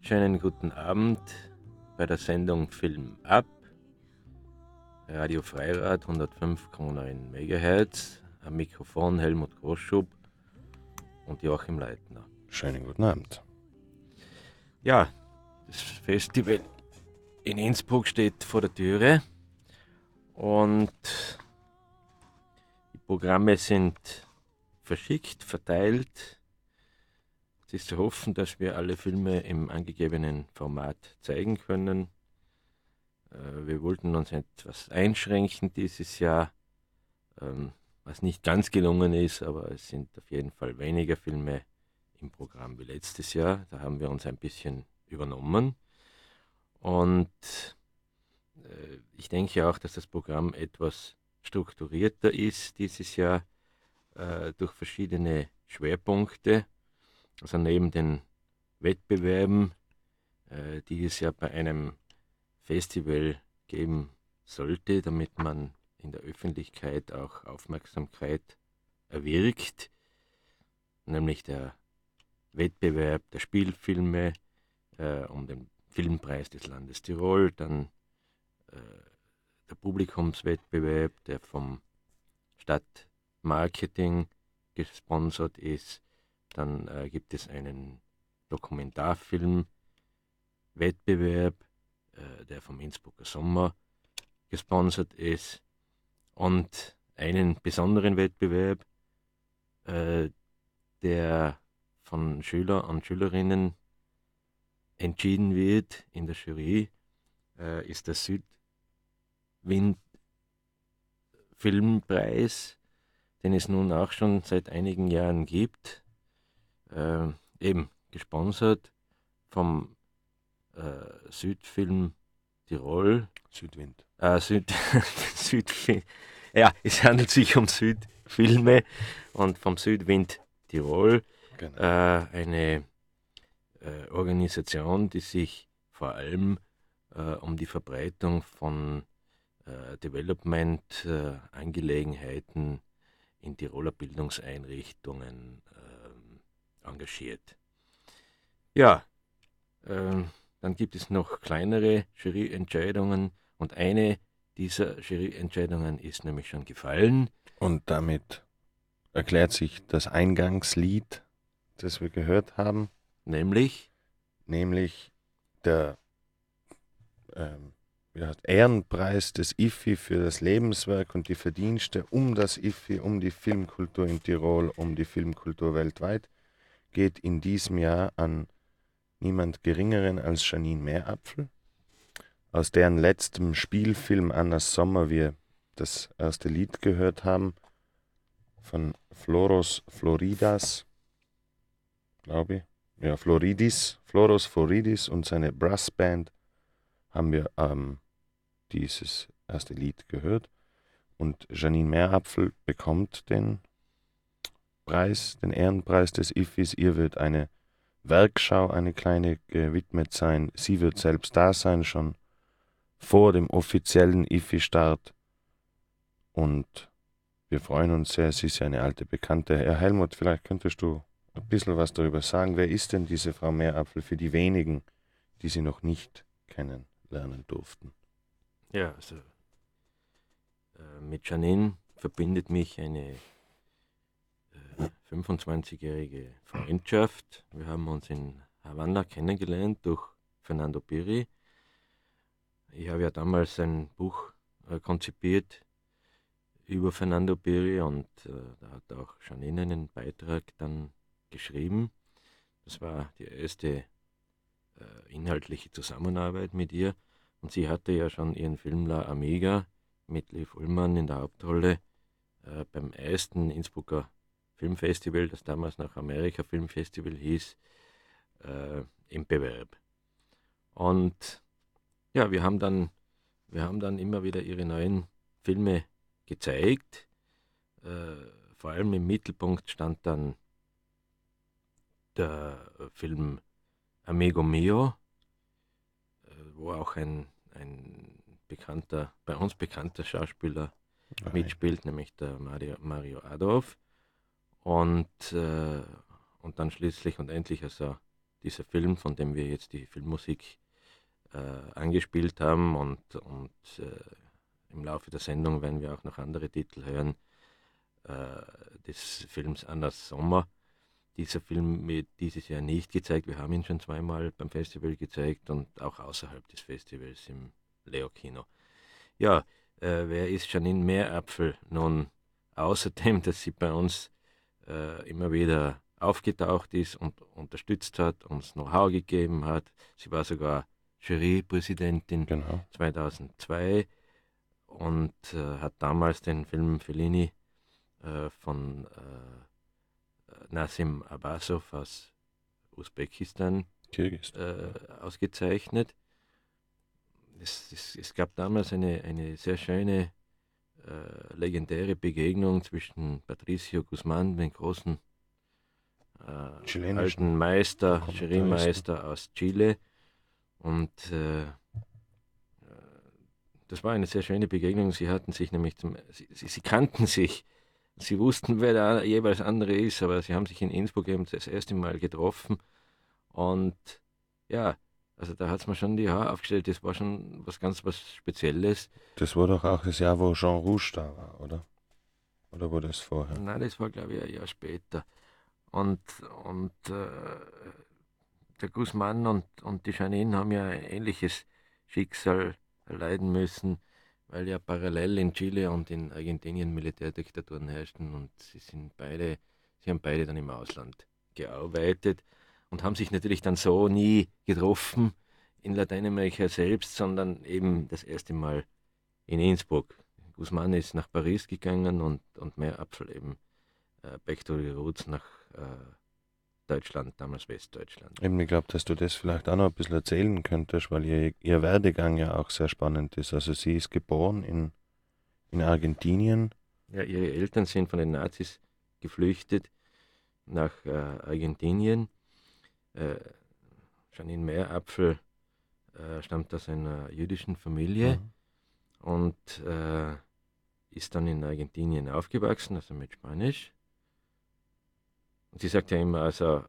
Schönen guten Abend bei der Sendung Film ab. Radio Freirad 105,9 MHz. Am Mikrofon Helmut Großschub und Joachim Leitner. Schönen guten Abend. Ja, das Festival in Innsbruck steht vor der Türe und die Programme sind verschickt, verteilt. Es ist zu hoffen, dass wir alle Filme im angegebenen Format zeigen können. Wir wollten uns etwas einschränken dieses Jahr, was nicht ganz gelungen ist, aber es sind auf jeden Fall weniger Filme im Programm wie letztes Jahr. Da haben wir uns ein bisschen übernommen. Und ich denke auch, dass das Programm etwas strukturierter ist dieses Jahr durch verschiedene Schwerpunkte. Also neben den Wettbewerben, die es ja bei einem Festival geben sollte, damit man in der Öffentlichkeit auch Aufmerksamkeit erwirkt, nämlich der Wettbewerb der Spielfilme um den Filmpreis des Landes Tirol, dann der Publikumswettbewerb, der vom Stadtmarketing gesponsert ist. Dann gibt es einen Dokumentarfilmwettbewerb, der vom Innsbrucker Sommer gesponsert ist, und einen besonderen Wettbewerb, der von Schüler und Schülerinnen entschieden wird in der Jury, ist der Südwind Filmpreis, den es nun auch schon seit einigen Jahren gibt, eben gesponsert vom Südfilm Tirol. Südwind. Südfilm. Ja, es handelt sich um Südfilme und vom Südwind Tirol. Genau. Eine Organisation, die sich vor allem um die Verbreitung von Development-Angelegenheiten in Tiroler Bildungseinrichtungen engagiert. Ja, dann gibt es noch kleinere Juryentscheidungen und eine dieser Juryentscheidungen ist nämlich schon gefallen. Und damit erklärt sich das Eingangslied, das wir gehört haben, Nämlich der Ehrenpreis des IFFI für das Lebenswerk und die Verdienste um das IFFI, um die Filmkultur in Tirol, um die Filmkultur weltweit, geht in diesem Jahr an niemand Geringeren als Janine Meerapfel, aus deren letztem Spielfilm Annas Sommer wir das erste Lied gehört haben, von Floros Floridis und seine Brassband haben wir dieses erste Lied gehört. Und Janine Meerapfel bekommt den Preis, den Ehrenpreis des IFFIs. Ihr wird eine Werkschau, eine kleine, gewidmet sein. Sie wird selbst da sein, schon vor dem offiziellen IFFI-Start. Und wir freuen uns sehr, sie ist ja eine alte Bekannte. Herr Helmut, vielleicht könntest du ein bisschen was darüber sagen. Wer ist denn diese Frau Meerapfel für die wenigen, die sie noch nicht kennenlernen durften? Ja, also mit Janine verbindet mich eine 25-jährige Freundschaft. Wir haben uns in Havanna kennengelernt durch Fernando Piri. Ich habe ja damals ein Buch konzipiert über Fernando Piri und da hat auch Janine einen Beitrag dann geschrieben. Das war die erste inhaltliche Zusammenarbeit mit ihr. Und sie hatte ja schon ihren Film La Amiga mit Liv Ullmann in der Hauptrolle beim ersten Innsbrucker Filmfestival, das damals noch Amerika Filmfestival hieß, im Bewerb. Und ja, wir haben dann immer wieder ihre neuen Filme gezeigt. Vor allem im Mittelpunkt stand dann der Film Amigo Mio, wo auch ein bei uns bekannter Schauspieler mitspielt, nämlich der Mario Adorf. Und dann schließlich und endlich also dieser Film, von dem wir jetzt die Filmmusik angespielt haben und im Laufe der Sendung werden wir auch noch andere Titel hören, des Films Annas Sommer. Dieser Film wird dieses Jahr nicht gezeigt. Wir haben ihn schon zweimal beim Festival gezeigt und auch außerhalb des Festivals im Leo-Kino. Ja, wer ist Janine Meerapfel? Nun, außerdem, dass sie bei uns immer wieder aufgetaucht ist und unterstützt hat, uns Know-how gegeben hat. Sie war sogar Jurypräsidentin Genau. 2002 und hat damals den Film Fellini von Nasim Abbasov aus Usbekistan Kirgisistan. ausgezeichnet. Es gab damals eine sehr schöne, legendäre Begegnung zwischen Patricio Guzmán, dem großen Chilenischen alten Meister, Komponisten. Jury-Meister aus Chile. Und das war eine sehr schöne Begegnung. Sie hatten sich nämlich sie kannten sich. Sie wussten, wer der jeweils andere ist, aber sie haben sich in Innsbruck eben das erste Mal getroffen. Und ja, also da hat es mir schon die Haare aufgestellt. Das war schon was Spezielles. Das war doch auch das Jahr, wo Jean Rouge da war, oder? Oder war das vorher? Nein, das war, glaube ich, ein Jahr später. Und der Guzman und die Janine haben ja ein ähnliches Schicksal erleiden müssen, weil ja parallel in Chile und in Argentinien Militärdiktaturen herrschten und sie haben beide dann im Ausland gearbeitet und haben sich natürlich dann so nie getroffen in Lateinamerika selbst, sondern eben das erste Mal in Innsbruck. Guzman ist nach Paris gegangen und Meerapfel eben back to the roots nach Deutschland, damals Westdeutschland. Eben, ich glaube, dass du das vielleicht auch noch ein bisschen erzählen könntest, weil ihr Werdegang ja auch sehr spannend ist. Also sie ist geboren in Argentinien. Ja, ihre Eltern sind von den Nazis geflüchtet nach Argentinien. Janine Meerapfel stammt aus einer jüdischen Familie und ist dann in Argentinien aufgewachsen, also mit Spanisch. Und sie sagt ja immer, also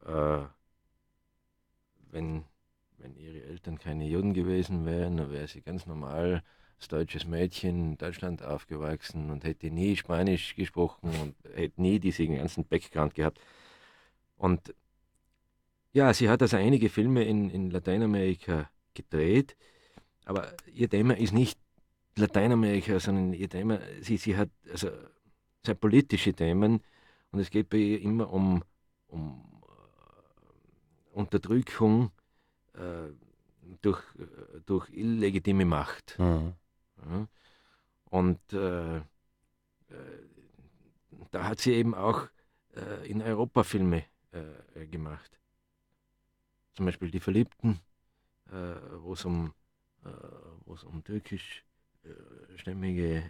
wenn ihre Eltern keine Juden gewesen wären, dann wäre sie ganz normal als deutsches Mädchen in Deutschland aufgewachsen und hätte nie Spanisch gesprochen und hätte nie diesen ganzen Background gehabt. Und ja, sie hat also einige Filme in Lateinamerika gedreht, aber ihr Thema ist nicht Lateinamerika, sondern ihr Thema, sie hat also sehr politische Themen und es geht bei ihr immer um Unterdrückung durch illegitime Macht. Mhm. Ja. Und da hat sie eben auch in Europa Filme gemacht. Zum Beispiel Die Verliebten, wo es um türkischstämmige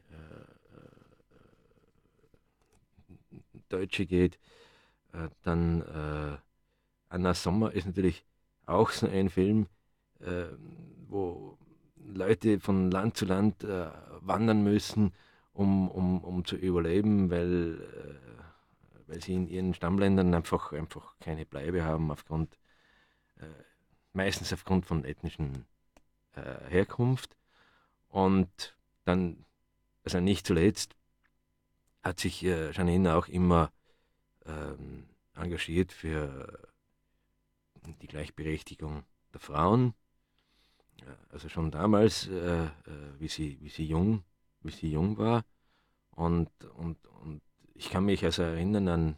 Deutsche geht. Dann Anna Sommer ist natürlich auch so ein Film, wo Leute von Land zu Land wandern müssen, um zu überleben, weil sie in ihren Stammländern einfach keine Bleibe haben, meistens aufgrund von ethnischen Herkunft. Und dann, also nicht zuletzt, hat sich Janine auch immer engagiert für die Gleichberechtigung der Frauen. Also schon damals, wie sie jung war. Und ich kann mich also erinnern an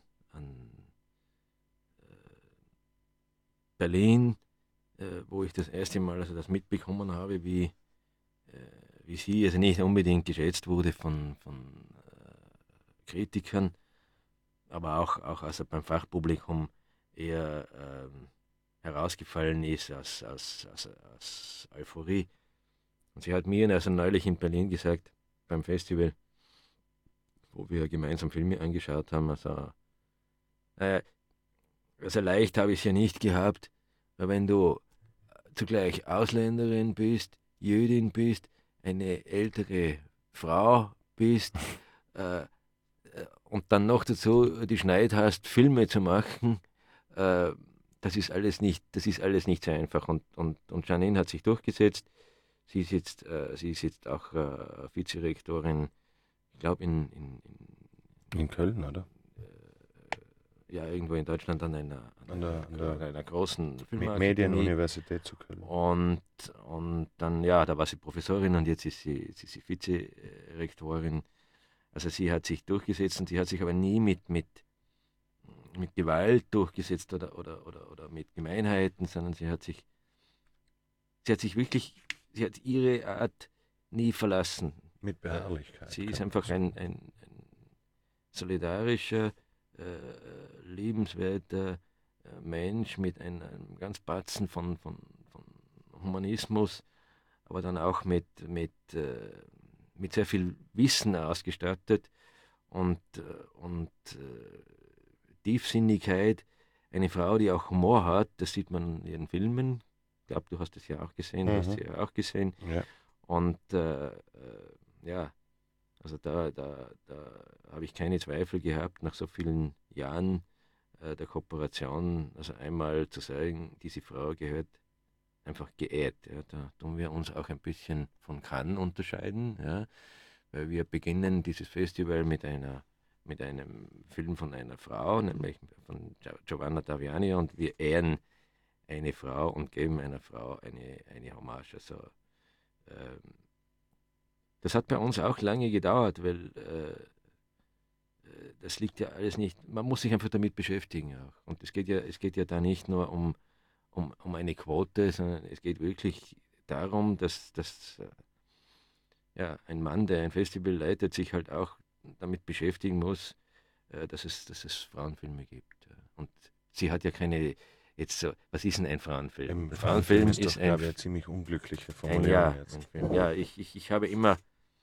Berlin, wo ich das erste Mal also das mitbekommen habe, wie sie also nicht unbedingt geschätzt wurde von Kritikern, aber auch also beim Fachpublikum eher herausgefallen ist aus Euphorie. Und sie hat mir also neulich in Berlin gesagt, beim Festival, wo wir gemeinsam Filme angeschaut haben, also leicht habe ich es ja nicht gehabt, weil wenn du zugleich Ausländerin bist, Jüdin bist, eine ältere Frau bist und dann noch dazu die Schneid hast, Filme zu machen, da das ist alles nicht so einfach. Und Janine hat sich durchgesetzt. Sie ist jetzt auch Vizerektorin, ich glaube In Köln, oder? ja, irgendwo in Deutschland An der einer großen Filmakademie. Medienuniversität zu Köln. Und dann, ja, da war sie Professorin und jetzt ist sie Vizerektorin. Also sie hat sich durchgesetzt und sie hat sich aber nie mit Gewalt durchgesetzt oder mit Gemeinheiten, sondern sie hat ihre Art nie verlassen. Mit Beharrlichkeit. Sie ist einfach ein solidarischer, liebenswerter Mensch mit einem ganz Batzen von Humanismus, aber dann auch mit sehr viel Wissen ausgestattet und Tiefsinnigkeit. Eine Frau, die auch Humor hat, das sieht man in ihren Filmen. Ich glaube, du hast es ja auch gesehen, du hast sie ja auch gesehen. Ja. Und ja, also da habe ich keine Zweifel gehabt, nach so vielen Jahren der Kooperation, also einmal zu sagen, diese Frau gehört einfach geehrt. Ja, da tun wir uns auch ein bisschen von Cannes unterscheiden, ja, weil wir beginnen dieses Festival mit einem Film von einer Frau, nämlich von Giovanna Taviani, und wir ehren eine Frau und geben einer Frau eine Hommage. Also das hat bei uns auch lange gedauert, weil das liegt ja alles nicht, man muss sich einfach damit beschäftigen auch. Und es geht ja da nicht nur um eine Quote, sondern es geht wirklich darum, dass ja, ein Mann, der ein Festival leitet, sich halt auch damit beschäftigen muss, dass es Frauenfilme gibt. Und sie hat ja keine, jetzt so, was ist denn ein Frauenfilm? Ein Frauenfilm ist doch, ein, glaube ich, eine ziemlich unglückliche ein Formulierung jetzt. Ein Film. Ja, ich habe immer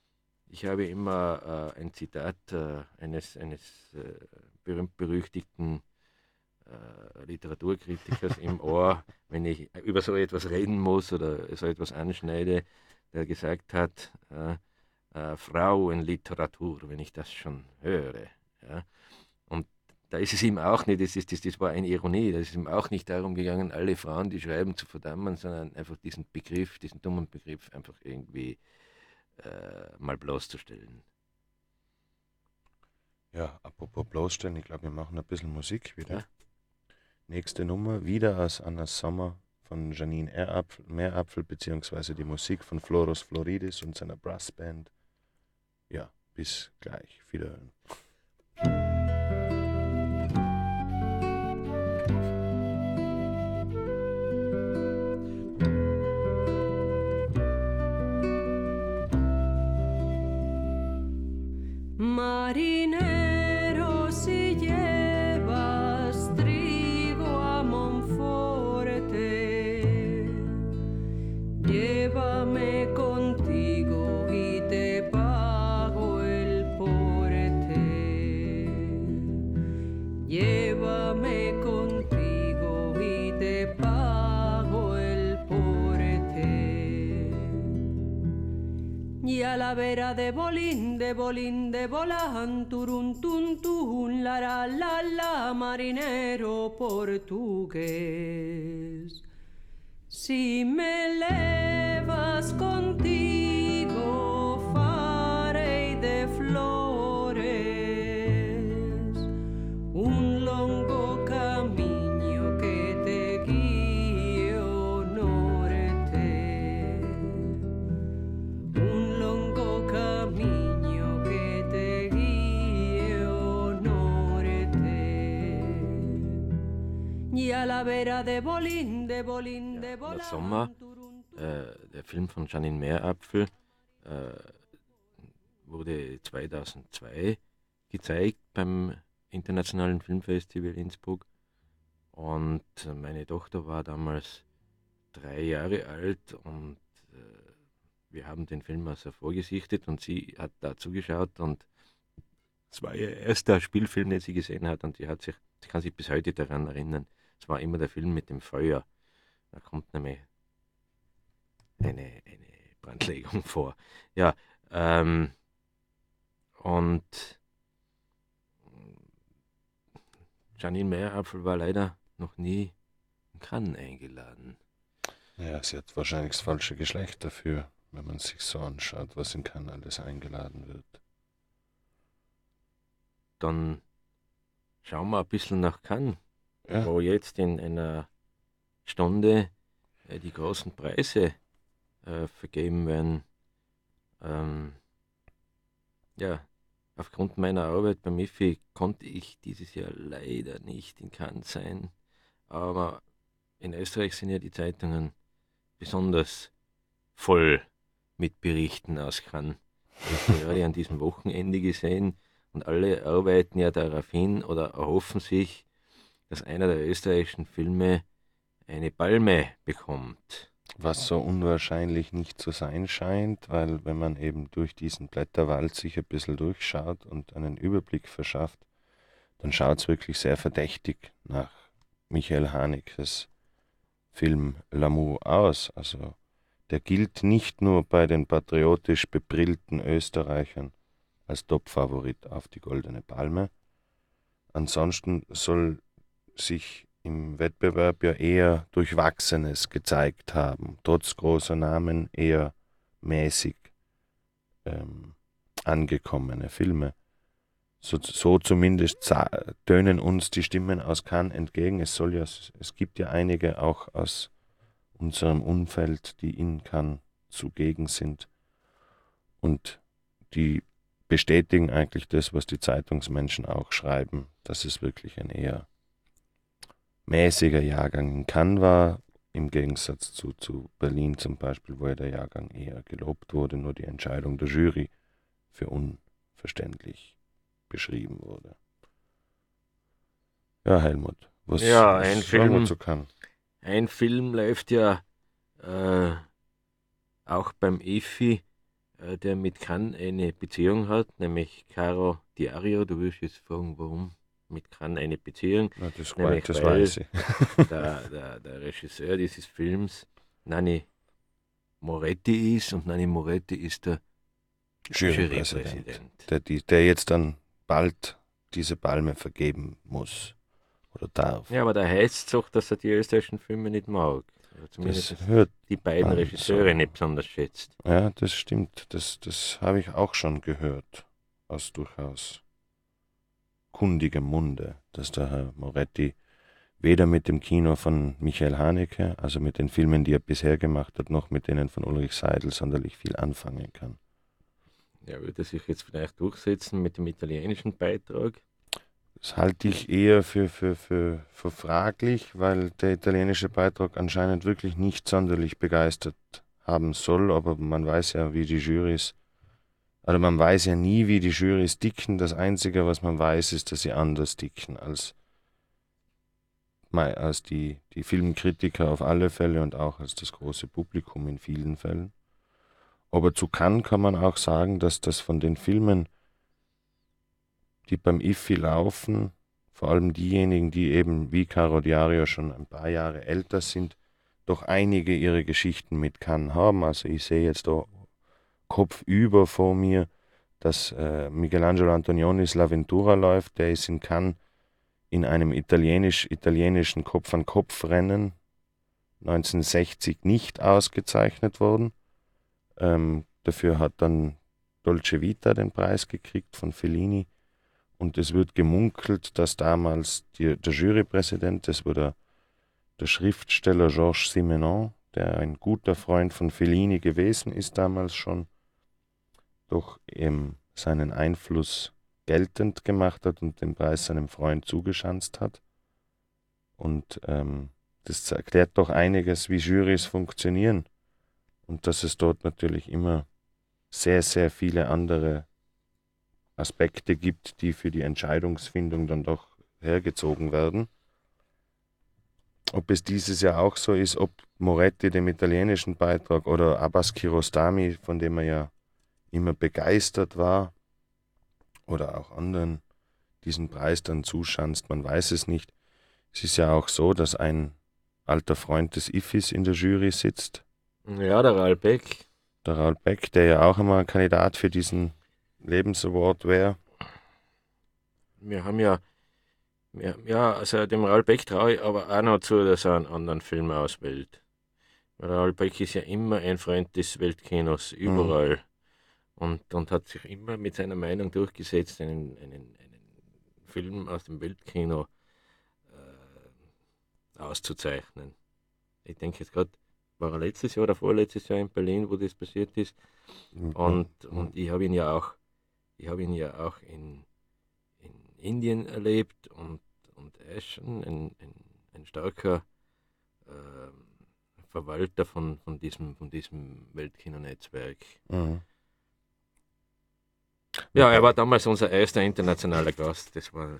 ein Zitat eines berühmt-berüchtigten Literaturkritikers im Ohr, wenn ich über so etwas reden muss oder so etwas anschneide, der gesagt hat, Frauenliteratur, wenn ich das schon höre. Ja. Und da ist es ihm auch nicht, das war eine Ironie, da ist es ihm auch nicht darum gegangen, alle Frauen, die schreiben, zu verdammen, sondern einfach diesen dummen Begriff einfach irgendwie mal bloßzustellen. Ja, apropos bloßstellen, ich glaube, wir machen ein bisschen Musik wieder. Ja. Nächste Nummer, wieder aus Anna Sommer von Janine Meerapfel, beziehungsweise die Musik von Floros Floridis und seiner Brassband. Ja, bis gleich. Wiederhören. Marinero, si llevas trigo a Monforte, llévame contigo y te pago el porte. Llévame contigo y te pago el porte. Y a la vera de Bolín, de Bolán, turun, tun, tun, la, marinero portugués. Si me levas contigo, farei de flores un longo camino que te guíe o norte. Un longo camino que te guíe o norte. Y a la vera de Bolín, de Bolán. Der Sommer, der Film von Janine Meerapfel, wurde 2002 gezeigt beim Internationalen Filmfestival Innsbruck, und meine Tochter war damals 3 Jahre alt, und wir haben den Film also vorgesichtet und sie hat da zugeschaut, und es war ihr erster Spielfilm, den sie gesehen hat, und sie kann sich bis heute daran erinnern, es war immer der Film mit dem Feuer. Da kommt nämlich eine Brandlegung vor. Ja, und Janine Meerapfel war leider noch nie Cannes eingeladen. Ja, sie hat wahrscheinlich das falsche Geschlecht dafür, wenn man sich so anschaut, was in Cannes alles eingeladen wird. Dann schauen wir ein bisschen nach Cannes, Ja, wo jetzt in einer Stunde die großen Preise vergeben werden. Ähm, ja, aufgrund meiner Arbeit beim IFI konnte ich dieses Jahr leider nicht in Cannes sein, aber in Österreich sind ja die Zeitungen besonders voll mit Berichten aus Cannes. Ich habe gerade an diesem Wochenende gesehen und alle arbeiten ja darauf hin oder erhoffen sich, dass einer der österreichischen Filme eine Palme bekommt. was so unwahrscheinlich nicht zu sein scheint, weil wenn man eben durch diesen Blätterwald sich ein bisschen durchschaut und einen Überblick verschafft, dann schaut es wirklich sehr verdächtig nach Michael Hanekes Film L'amour aus. Also der gilt nicht nur bei den patriotisch bebrillten Österreichern als Topfavorit auf die Goldene Palme. Ansonsten soll sich im Wettbewerb ja eher Durchwachsenes gezeigt haben, trotz großer Namen eher mäßig angekommene Filme. So zumindest tönen uns die Stimmen aus Cannes entgegen. Es gibt ja einige auch aus unserem Umfeld, die in Cannes zugegen sind und die bestätigen eigentlich das, was die Zeitungsmenschen auch schreiben, dass es wirklich ein eher mäßiger Jahrgang in Cannes war, im Gegensatz zu Berlin zum Beispiel, wo ja der Jahrgang eher gelobt wurde, nur die Entscheidung der Jury für unverständlich beschrieben wurde. Ja, Helmut, was Ja, ein schauen wir Film, zu Cannes? ein Film läuft ja äh, auch beim IFI, der mit Cannes eine Beziehung hat, nämlich Caro Diario. Du wirst jetzt fragen, warum mit Cannes eine Beziehung? Na, Nämlich das weil weiß ich. der Regisseur dieses Films Nanni Moretti ist und Nanni Moretti ist der Jurypräsident, Jurypräsident. der jetzt dann bald diese Palme vergeben muss oder darf. Ja, aber da heißt es doch, dass er die österreichischen Filme nicht mag. Oder zumindest Das dass hört die beiden man Regisseure so. nicht besonders schätzt. Ja, das stimmt. Das habe ich auch schon gehört, aus durchaus kundigem Munde, dass der Herr Moretti weder mit dem Kino von Michael Haneke, also mit den Filmen, die er bisher gemacht hat, noch mit denen von Ulrich Seidel sonderlich viel anfangen kann. Ja, würde er sich jetzt vielleicht durchsetzen mit dem italienischen Beitrag? Das halte ich eher für fraglich, weil der italienische Beitrag anscheinend wirklich nicht sonderlich begeistert haben soll, aber man weiß ja, wie die Jurys, also man weiß ja nie, wie die Jurys dicken. Das Einzige, was man weiß, ist, dass sie anders dicken als die Filmkritiker auf alle Fälle und auch als das große Publikum in vielen Fällen. Aber zu Cannes kann man auch sagen, dass das von den Filmen, die beim IFI laufen, vor allem diejenigen, die eben wie Caro Diario schon ein paar Jahre älter sind, doch einige ihre Geschichten mit Cannes haben. Also ich sehe jetzt da kopfüber vor mir, dass Michelangelo Antonionis L'Avventura läuft. Der ist in Cannes in einem italienischen Kopf-an-Kopf-Rennen 1960 nicht ausgezeichnet worden. Dafür hat dann Dolce Vita den Preis gekriegt von Fellini. Und es wird gemunkelt, dass damals der Jurypräsident, das war der Schriftsteller Georges Simenon, der ein guter Freund von Fellini gewesen ist damals schon, doch seinen Einfluss geltend gemacht hat und den Preis seinem Freund zugeschanzt hat. Und das erklärt doch einiges, wie Jurys funktionieren. Und dass es dort natürlich immer sehr, sehr viele andere Aspekte gibt, die für die Entscheidungsfindung dann doch hergezogen werden. Ob es dieses Jahr auch so ist, ob Moretti dem italienischen Beitrag oder Abbas Kiarostami, von dem er ja immer begeistert war, oder auch anderen diesen Preis dann zuschanzt, man weiß es nicht. Es ist ja auch so, dass ein alter Freund des IFIs in der Jury sitzt, Ja, der Raoul Beck. der Raoul Beck, der ja auch immer ein Kandidat für diesen Lebensaward wäre. Wir haben ja Ja, also dem Raoul Peck traue ich aber auch noch zu, dass er einen anderen Film auswählt. Weil Raoul Peck ist ja immer ein Freund des Weltkinos, Mhm. überall. Und hat sich immer mit seiner Meinung durchgesetzt, einen Film aus dem Weltkino auszuzeichnen. Ich denke jetzt gerade, war er letztes Jahr oder vorletztes Jahr in Berlin, wo das passiert ist. Ja. Und ich habe ihn ja auch in Indien erlebt und er ist schon ein starker Verwalter von diesem Weltkino-Netzwerk. Mhm. Ja, er Wobei, war damals unser erster internationaler Gast. Das war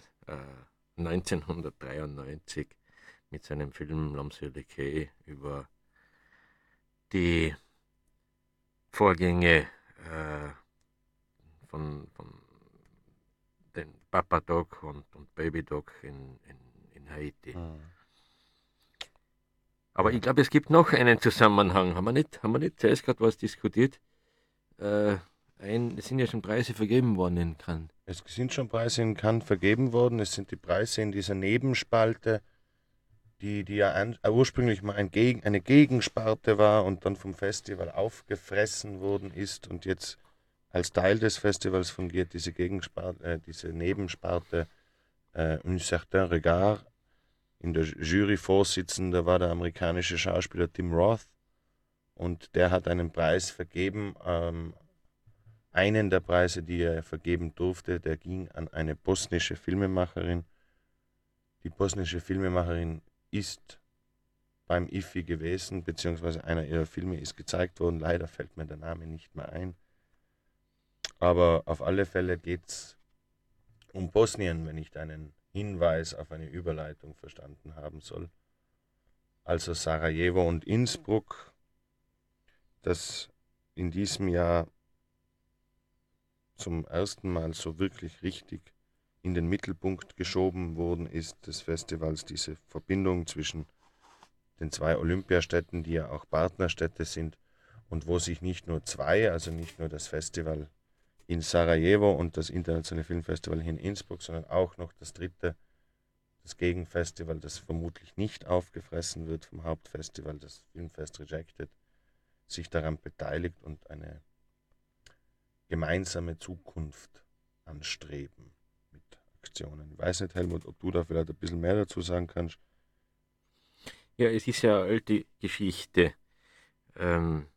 1993 mit seinem Film L'Homme sur le quai über die Vorgänge von den Papa Dog und Baby Dog in Haiti. mhm. Aber Ja. ich glaube, es gibt noch einen Zusammenhang. Haben wir nicht zuerst gerade was diskutiert? Äh, es sind ja schon Preise vergeben worden in Cannes. Es sind schon Preise in Cannes vergeben worden. Es sind die Preise in dieser Nebenspalte, die ja ursprünglich mal eine Gegensparte war und dann vom Festival aufgefressen worden ist und jetzt als Teil des Festivals fungiert diese Nebensparte Un certain regard. In der Jury Vorsitzender war der amerikanische Schauspieler Tim Roth und der hat einen Preis vergeben. Einen der Preise, die er vergeben durfte, der ging an eine bosnische Filmemacherin. Die bosnische Filmemacherin ist beim IFFI gewesen, beziehungsweise einer ihrer Filme ist gezeigt worden. Leider fällt mir der Name nicht mehr ein. Aber auf alle Fälle geht es um Bosnien, wenn ich deinen Hinweis auf eine Überleitung verstanden haben soll. Also Sarajevo und Innsbruck, das in diesem Jahr zum ersten Mal so wirklich richtig in den Mittelpunkt geschoben worden ist des Festivals, diese Verbindung zwischen den zwei Olympiastädten, die ja auch Partnerstädte sind und wo sich nicht nur zwei, also nicht nur das Festival in Sarajevo und das Internationale Filmfestival hier in Innsbruck, sondern auch noch das dritte, das Gegenfestival, das vermutlich nicht aufgefressen wird vom Hauptfestival, das Filmfest Rejected, sich daran beteiligt und eine gemeinsame Zukunft anstreben mit Aktionen. Ich weiß nicht, Helmut, ob du da vielleicht ein bisschen mehr dazu sagen kannst. Ja, es ist ja eine alte Geschichte, ähm,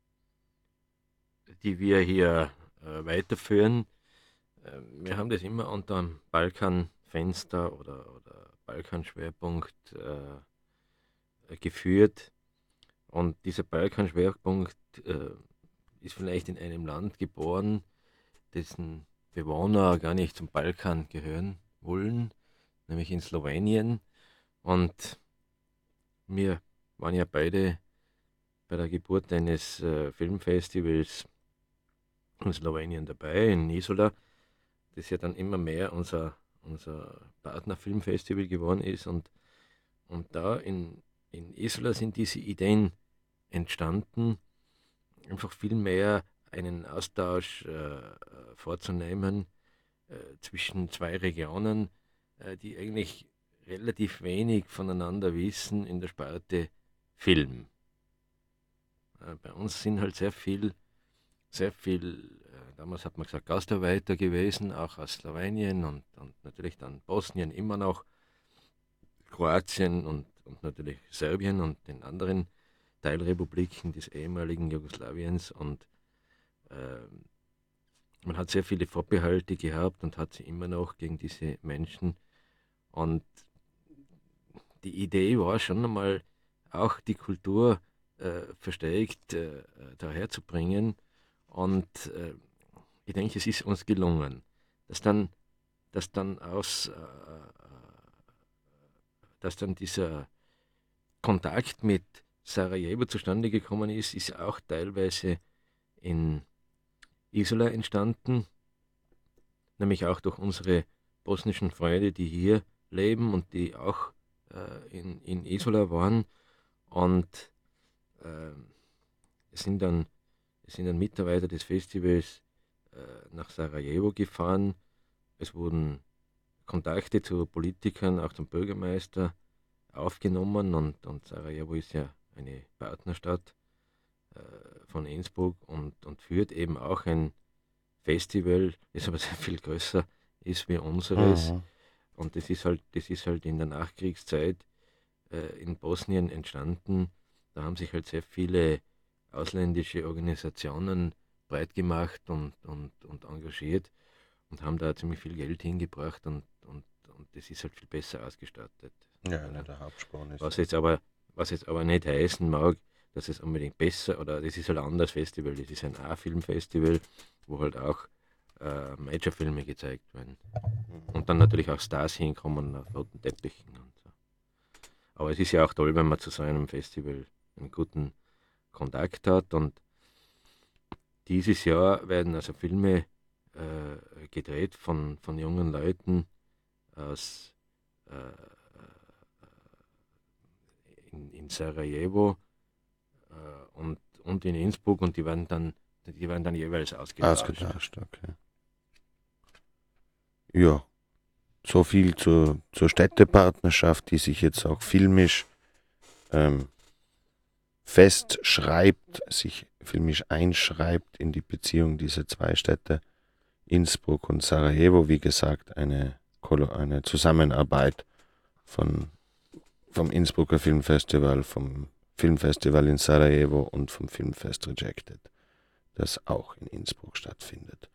die wir hier weiterführen. Wir haben das immer unter dem Balkanfenster oder Balkanschwerpunkt geführt. Und dieser Balkanschwerpunkt ist vielleicht in einem Land geboren, dessen Bewohner gar nicht zum Balkan gehören wollen, nämlich in Slowenien. Und wir waren ja beide bei der Geburt eines Filmfestivals in Slowenien dabei, in Isola, das ja dann immer mehr unser Partnerfilmfestival geworden ist. Und da in Isola sind diese Ideen entstanden, einfach viel mehr einen Austausch vorzunehmen zwischen zwei Regionen, die eigentlich relativ wenig voneinander wissen in der Sparte Film. Bei uns sind halt sehr viel, damals hat man gesagt, Gastarbeiter gewesen, auch aus Slowenien und natürlich dann Bosnien immer noch, Kroatien und natürlich Serbien und den anderen Teilrepubliken des ehemaligen Jugoslawiens. Und man hat sehr viele Vorbehalte gehabt und hat sie immer noch gegen diese Menschen. Und die Idee war schon einmal, auch die Kultur verstärkt daherzubringen. Und ich denke, es ist uns gelungen, dass dann, dass dann aus, dass dann dieser Kontakt mit Sarajevo zustande gekommen ist, ist auch teilweise in Isola entstanden, nämlich auch durch unsere bosnischen Freunde, die hier leben und die auch in Isola waren. Und äh, es sind dann, es sind dann Mitarbeiter des Festivals nach Sarajevo gefahren. Es wurden Kontakte zu Politikern, auch zum Bürgermeister aufgenommen und Sarajevo ist ja eine Partnerstadt von Innsbruck und führt eben auch ein Festival, das aber sehr viel größer ist wie unseres. Mhm. Und das ist halt in der Nachkriegszeit in Bosnien entstanden. Da haben sich halt sehr viele ausländische Organisationen breit gemacht und engagiert und haben da ziemlich viel Geld hingebracht und das ist halt viel besser ausgestattet. Ja, einer der Hauptspuren ist. Was jetzt aber nicht heißen mag, dass es unbedingt besser, oder das ist halt ein anderes Festival, das ist ein A-Film-Festival, wo halt auch Major-Filme gezeigt werden. Und dann natürlich auch Stars hinkommen auf roten Teppichen und so. Aber es ist ja auch toll, wenn man zu so einem Festival einen guten Kontakt hat. Und dieses Jahr werden also Filme gedreht von jungen Leuten aus in Sarajevo und in Innsbruck, und die werden dann jeweils Ausgetauscht, okay. Ja, so viel zur Städtepartnerschaft, die sich jetzt auch filmisch festschreibt, sich filmisch einschreibt in die Beziehung dieser zwei Städte, Innsbruck und Sarajevo. Wie gesagt, eine Zusammenarbeit vom Innsbrucker Filmfestival, vom Filmfestival in Sarajevo und vom Filmfest Rejected, das auch in Innsbruck stattfindet.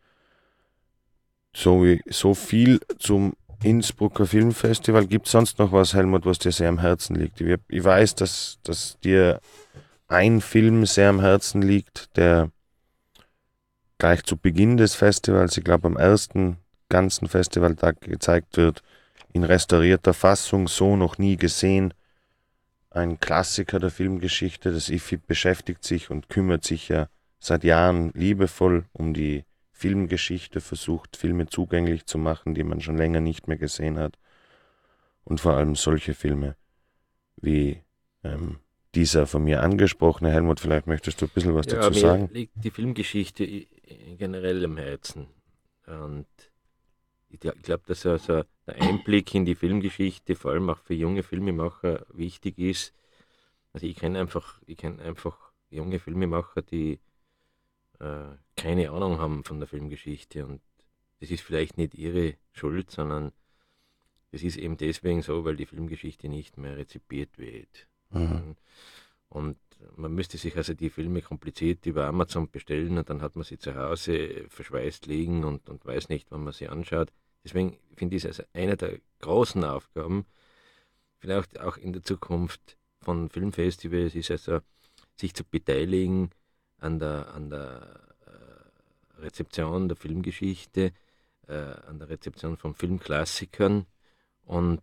So viel zum Innsbrucker Filmfestival. Gibt es sonst noch was, Helmut, was dir sehr am Herzen liegt? Ich weiß, dass dir ein Film sehr am Herzen liegt, der gleich zu Beginn des Festivals, ich glaube am ersten ganzen Festivaltag gezeigt wird, in restaurierter Fassung, so noch nie gesehen. Ein Klassiker der Filmgeschichte. Das IFFI beschäftigt sich und kümmert sich ja seit Jahren liebevoll um die Filmgeschichte, versucht Filme zugänglich zu machen, die man schon länger nicht mehr gesehen hat. Und vor allem solche Filme wie dieser von mir angesprochene. Helmut, vielleicht möchtest du ein bisschen was dazu sagen? Mir liegt die Filmgeschichte generell am Herzen. Und ich glaube, dass also der Einblick in die Filmgeschichte, vor allem auch für junge Filmemacher, wichtig ist. Also ich kenne einfach junge Filmemacher, die keine Ahnung haben von der Filmgeschichte, und das ist vielleicht nicht ihre Schuld, sondern das ist eben deswegen so, weil die Filmgeschichte nicht mehr rezipiert wird. Mhm. Und man müsste sich also die Filme kompliziert über Amazon bestellen und dann hat man sie zu Hause verschweißt liegen und weiß nicht, wann man sie anschaut. Deswegen finde ich es also eine der großen Aufgaben, vielleicht auch in der Zukunft von Filmfestivals, ist also, sich zu beteiligen an der Rezeption der Filmgeschichte, an der Rezeption von Filmklassikern und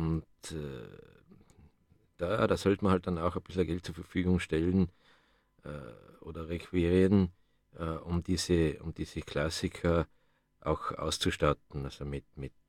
da sollte man halt dann auch ein bisschen Geld zur Verfügung stellen oder requirieren, um diese Klassiker auch auszustatten, also mit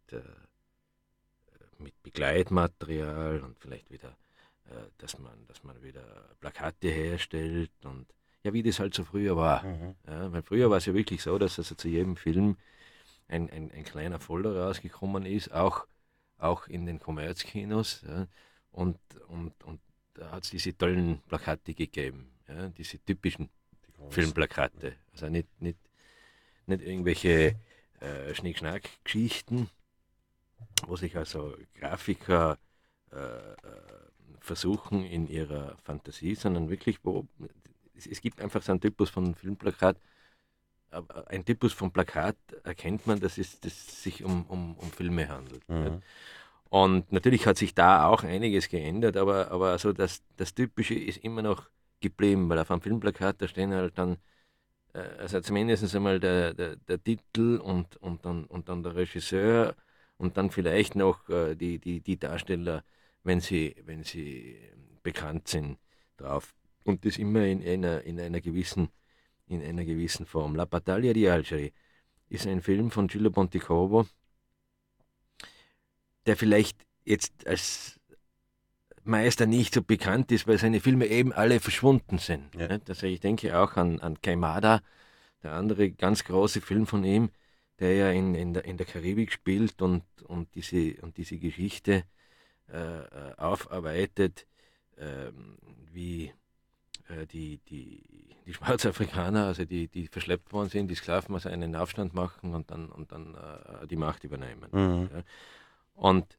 Begleitmaterial und vielleicht wieder, dass man wieder Plakate herstellt und ja, wie das halt so früher war. Mhm. Ja, weil früher war es ja wirklich so, dass also zu jedem Film ein kleiner Folder rausgekommen ist, auch in den Kommerzkinos. Ja, und da hat es diese tollen Plakate gegeben, ja, diese typischen Filmplakate. Also nicht irgendwelche Schnick-Schnack-Geschichten, wo sich also Grafiker versuchen in ihrer Fantasie, sondern wirklich, wo es gibt einfach so einen Typus von Filmplakat. Ein Typus von Plakat erkennt man, dass es sich um Filme handelt. Mhm. Und natürlich hat sich da auch einiges geändert, aber so das Typische ist immer noch geblieben, weil auf einem Filmplakat, da stehen halt dann, also zumindest einmal der Titel und dann der Regisseur und dann vielleicht noch die Darsteller, wenn sie bekannt sind, drauf. Und das immer in einer gewissen Form. La Battaglia di Algeri ist ein Film von Gillo Pontecorvo, der vielleicht jetzt als Meister nicht so bekannt ist, weil seine Filme eben alle verschwunden sind. Ja. Also ich denke auch an Queimada, der andere ganz große Film von ihm, der ja in der Karibik spielt und diese Geschichte aufarbeitet, wie die Schwarzafrikaner, also die verschleppt worden sind, die Sklaven, also einen Aufstand machen und dann die Macht übernehmen. Mhm. Ja. Und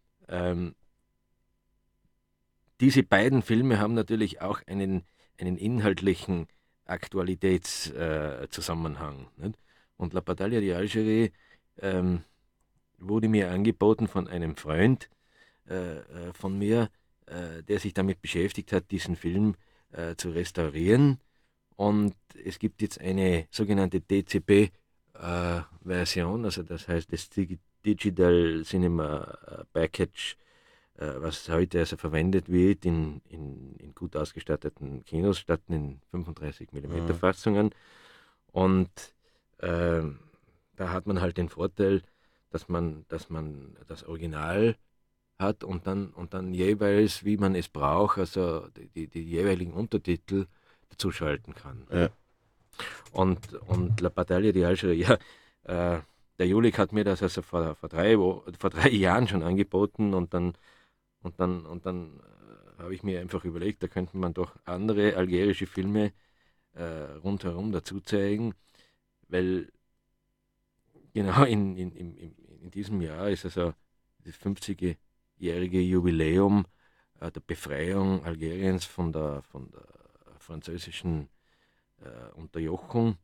diese beiden Filme haben natürlich auch einen inhaltlichen Aktualitätszusammenhang. Nicht? Und La Battaglia di Algérie wurde mir angeboten von einem Freund von mir, der sich damit beschäftigt hat, diesen Film zu restaurieren. Und es gibt jetzt eine sogenannte DCP-Version, also das heißt das Digital Cinema Package, was heute also verwendet wird in gut ausgestatteten Kinos statt in 35 mm Fassungen. Und da hat man halt den Vorteil, dass man das Original hat und dann jeweils, wie man es braucht, also die jeweiligen Untertitel dazu schalten kann. Ja. Und La Battaglia di Algérie, der Julik hat mir das also vor 3 Jahren schon angeboten und dann habe ich mir einfach überlegt, da könnte man doch andere algerische Filme rundherum dazu zeigen, weil genau in diesem Jahr ist also das 50-jährige Jubiläum der Befreiung Algeriens von der französischen Unterjochung,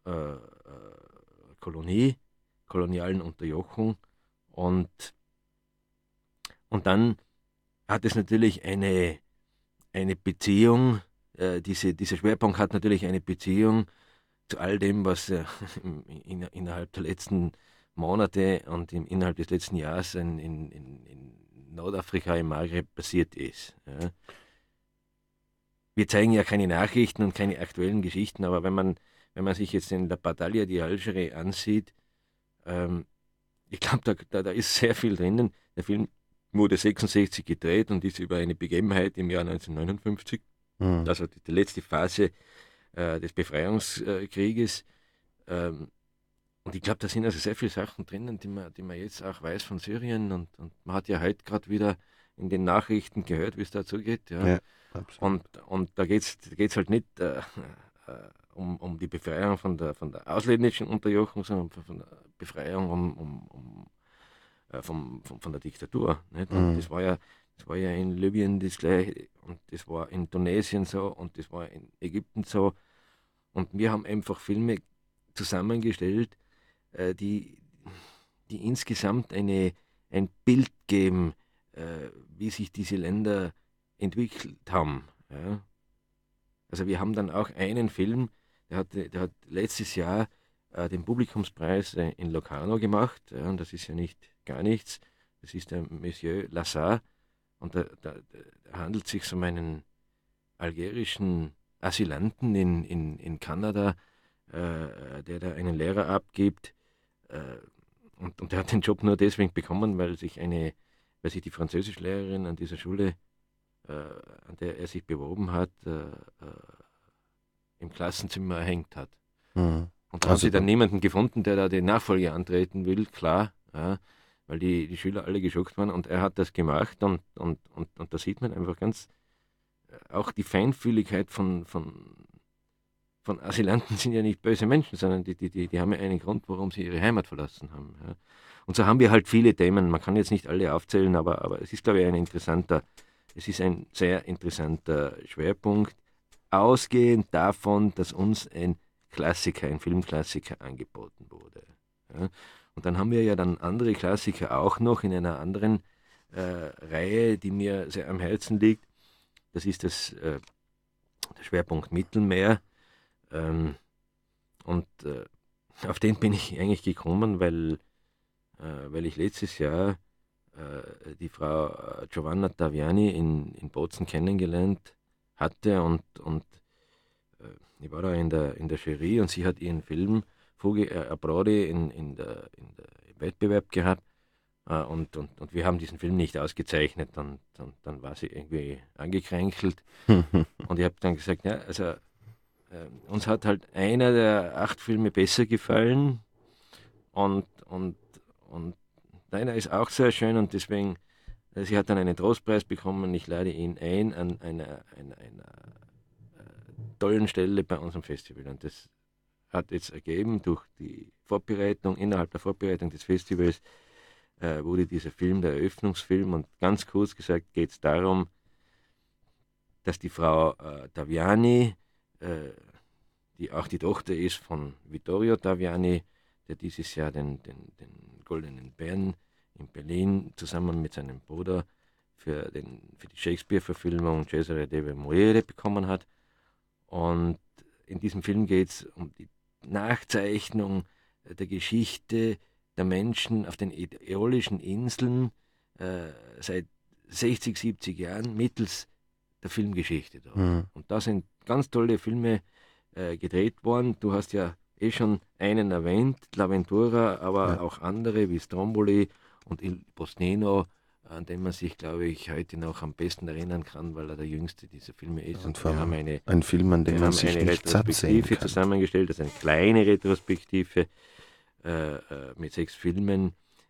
kolonialen Unterjochung und dann hat es natürlich eine Beziehung, dieser Schwerpunkt hat natürlich eine Beziehung zu all dem, was innerhalb der letzten Monate und innerhalb des letzten Jahres in Nordafrika, im Maghreb passiert ist. Ja. Wir zeigen ja keine Nachrichten und keine aktuellen Geschichten, aber wenn man sich jetzt in La Battaglia di Algérie ansieht, ich glaube, da ist sehr viel drinnen. Der Film wurde 66 gedreht und ist über eine Begebenheit im Jahr 1959, also die letzte Phase des Befreiungskrieges. Und ich glaube, da sind also sehr viele Sachen drinnen, die man jetzt auch weiß von Syrien und man hat ja heute gerade wieder in den Nachrichten gehört, wie es dazu geht. Ja. Ja, absolut. Und da geht's halt nicht um die Befreiung von der ausländischen Unterjochung, sondern von der Befreiung von der Diktatur. Nicht? Und das war ja in Libyen das gleiche und das war in Tunesien so und das war in Ägypten so. Und wir haben einfach Filme zusammengestellt, die insgesamt ein Bild geben, wie sich diese Länder entwickelt haben. Ja? Also wir haben dann auch einen Film, der hat letztes Jahr den Publikumspreis in Locarno gemacht, ja, und das ist ja nicht gar nichts. Das ist der Monsieur Lassar und da handelt es sich um einen algerischen Asylanten in Kanada, der da einen Lehrer abgibt und der hat den Job nur deswegen bekommen, weil sich die Französischlehrerin an dieser Schule, an der er sich beworben hat, im Klassenzimmer erhängt hat. Mhm. Und da haben sie dann niemanden gefunden, der da die Nachfolge antreten will, klar, ja, weil die Schüler alle geschockt waren und er hat das gemacht und da sieht man einfach ganz, auch die Feinfühligkeit von Asylanten sind ja nicht böse Menschen, sondern die haben ja einen Grund, warum sie ihre Heimat verlassen haben. Ja. Und so haben wir halt viele Themen, man kann jetzt nicht alle aufzählen, aber es ist, glaube ich, es ist ein sehr interessanter Schwerpunkt, ausgehend davon, dass uns ein Filmklassiker angeboten wurde. Ja. Und dann haben wir ja dann andere Klassiker auch noch in einer anderen Reihe, die mir sehr am Herzen liegt. Das ist der Schwerpunkt Mittelmeer. Und auf den bin ich eigentlich gekommen, weil ich letztes Jahr die Frau Giovanna Taviani in Bozen kennengelernt hatte und ich war da in der Jury und sie hat ihren Film Fuge Abrori im Wettbewerb gehabt und wir haben diesen Film nicht ausgezeichnet und dann war sie irgendwie angekränkelt und ich habe dann gesagt, ja, also uns hat halt einer der 8 Filme besser gefallen Und deiner ist auch sehr schön und deswegen, sie hat dann einen Trostpreis bekommen. Ich lade ihn ein an einer tollen Stelle bei unserem Festival. Und das hat jetzt ergeben, durch die Vorbereitung, innerhalb der Vorbereitung des Festivals, wurde dieser Film der Eröffnungsfilm. Und ganz kurz gesagt geht es darum, dass die Frau Taviani, die auch die Tochter ist von Vittorio Taviani, der dieses Jahr den Goldenen Bären in Berlin zusammen mit seinem Bruder für die Shakespeare-Verfilmung Cesare deve morire bekommen hat. Und in diesem Film geht es um die Nachzeichnung der Geschichte der Menschen auf den Äolischen Inseln seit 60, 70 Jahren mittels der Filmgeschichte dort. Und da sind ganz tolle Filme gedreht worden. Du hast ja schon einen erwähnt, L'Avventura, aber auch andere wie Stromboli und Il Postino, an den man sich, glaube ich, heute noch am besten erinnern kann, weil er der jüngste dieser Filme ist. Und wir haben ein Film, an dem man sich nicht satt sehen kann. Zusammengestellt, das ist eine kleine Retrospektive mit 6 Filmen,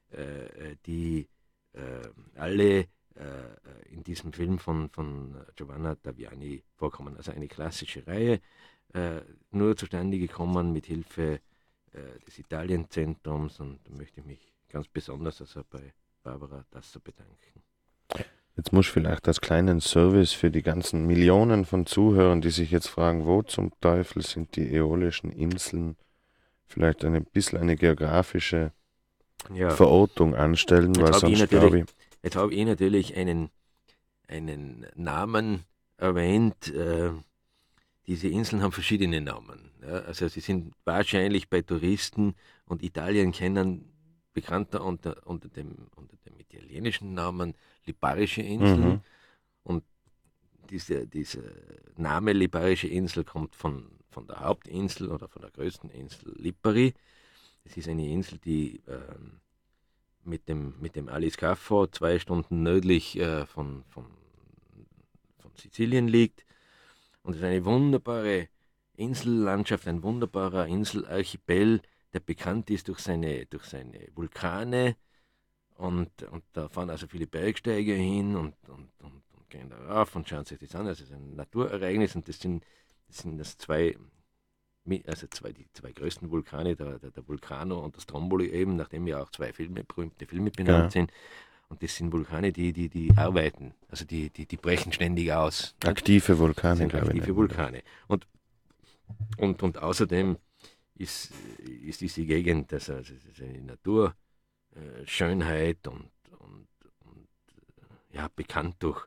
die alle in diesem Film von Giovanna Taviani vorkommen. Also eine klassische Reihe, nur zustande gekommen mit Hilfe des Italienzentrums, und da möchte ich mich ganz besonders bei Barbara Dasser bedanken. Jetzt muss ich vielleicht als kleinen Service für die ganzen Millionen von Zuhörern, die sich jetzt fragen, wo zum Teufel sind die Äolischen Inseln, vielleicht ein bisschen eine geografische Verortung anstellen, weil sonst glaube ich... Jetzt habe ich natürlich einen Namen erwähnt. Diese Inseln haben verschiedene Namen. Ja, also sie sind wahrscheinlich bei Touristen und Italien kennen bekannter unter dem italienischen Namen Liparische Inseln. Und dieser Name Liparische Insel kommt von der Hauptinsel oder von der größten Insel Lipari. Es ist eine Insel, die mit dem Aliscafo 2 Stunden nördlich von Sizilien liegt. Und es ist eine wunderbare Insellandschaft, ein wunderbarer Inselarchipel, der bekannt ist durch seine Vulkane. Und da fahren also viele Bergsteiger hin und gehen da rauf und schauen sich das an. Also es ist ein Naturereignis, und das sind die zwei größten Vulkane, der Vulcano und das Stromboli eben, nachdem ja auch 2 berühmte Filme benannt sind. Und das sind Vulkane, die arbeiten, also die brechen ständig aus. Aktive Vulkane, glaube ich. Aktive Vulkane. Und außerdem ist diese Gegend, also es ist eine Naturschönheit und bekannt durch.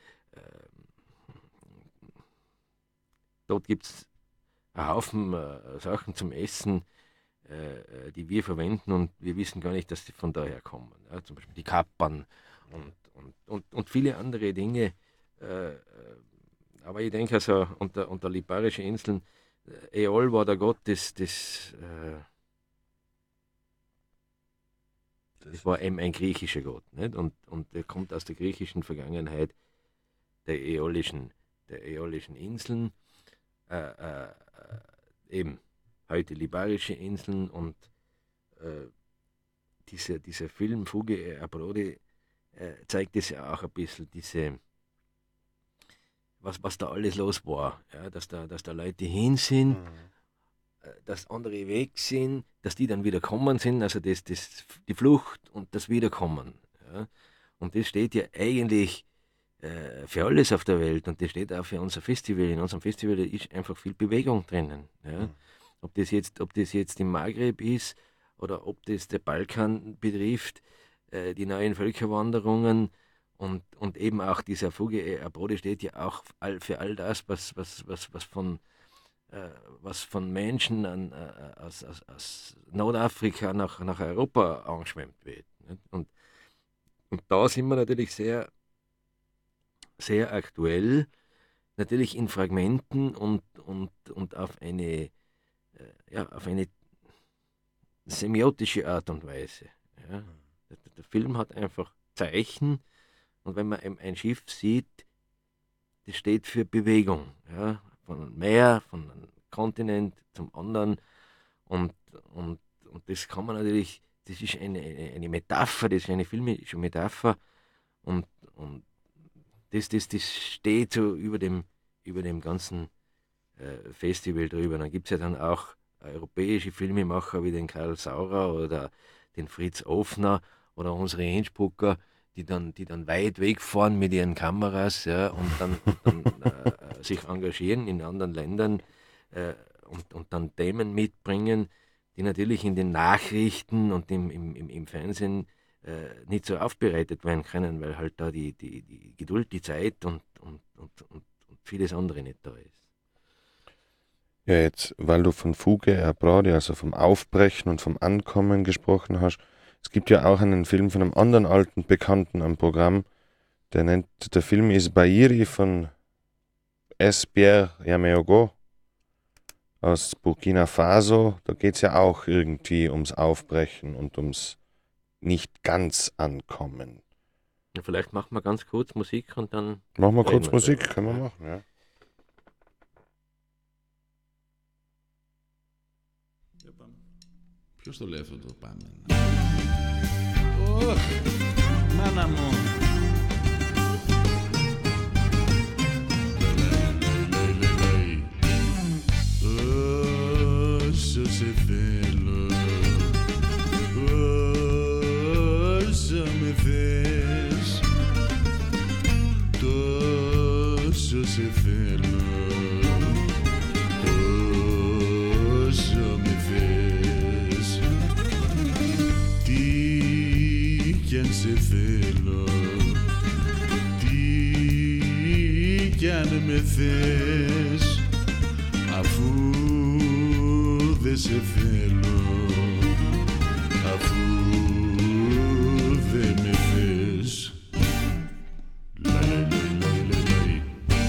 Dort gibt es einen Haufen Sachen zum Essen, die wir verwenden, und wir wissen gar nicht, dass sie von daher kommen. Ja, zum Beispiel die Kapern und viele andere Dinge. Aber ich denke, also unter Liparische Inseln, Äol war der Gott das war eben ein griechischer Gott. Nicht? Und er kommt aus der griechischen Vergangenheit der äolischen Inseln, eben heute Liparische Inseln, und dieser Film Fugge Abrode zeigt es ja auch ein bisschen, was da alles los war, ja, dass da Leute hin sind, dass andere weg sind, dass die dann wieder kommen sind, also die Flucht und das Wiederkommen. Ja. Und das steht ja eigentlich für alles auf der Welt, und das steht auch für unser Festival. In unserem Festival ist einfach viel Bewegung drinnen. Ja. Ob das jetzt im Maghreb ist oder ob das der Balkan betrifft, die neuen Völkerwanderungen, und eben auch dieser Fugge Abrode steht ja auch für all das, was von Menschen aus Nordafrika nach Europa angeschwemmt wird. Und da sind wir natürlich sehr, sehr aktuell, natürlich in Fragmenten und auf eine semiotische Art und Weise. Ja. Der Film hat einfach Zeichen, und wenn man ein Schiff sieht, das steht für Bewegung, ja, von einem Meer, von einem Kontinent zum anderen, und und das kann man natürlich, das ist eine Metapher, das ist eine filmische Metapher und das steht so über dem ganzen Festival drüber. Dann gibt es ja dann auch europäische Filmemacher wie den Karl Saurer oder den Fritz Ofner oder unsere Innsbrucker, die dann weit wegfahren mit ihren Kameras, ja, und dann sich engagieren in anderen Ländern und dann Themen mitbringen, die natürlich in den Nachrichten und im Fernsehen nicht so aufbereitet werden können, weil halt da die Geduld, die Zeit und vieles andere nicht da ist. Ja, jetzt, weil du von Fuge a Brode, also vom Aufbrechen und vom Ankommen gesprochen hast, es gibt ja auch einen Film von einem anderen alten Bekannten am Programm, der Film ist Bairi von S. Pierre Yameogo aus Burkina Faso. Da geht es ja auch irgendwie ums Aufbrechen und ums nicht ganz ankommen. Ja, vielleicht machen wir ganz kurz Musik und dann. Machen wir reden kurz wir Musik, drüber. können wir machen, ja. Ποιος το λέει αυτό το πάμε? Μάνα μου. Όσο σε θέλω, όσο με θες, τόσο σε θέλω, τόσο με θες. Τι κι αν σε θέλω, τι κι αν με θες, αφού δεν σε θέλω, αφού δεν με θες. Λαϊ.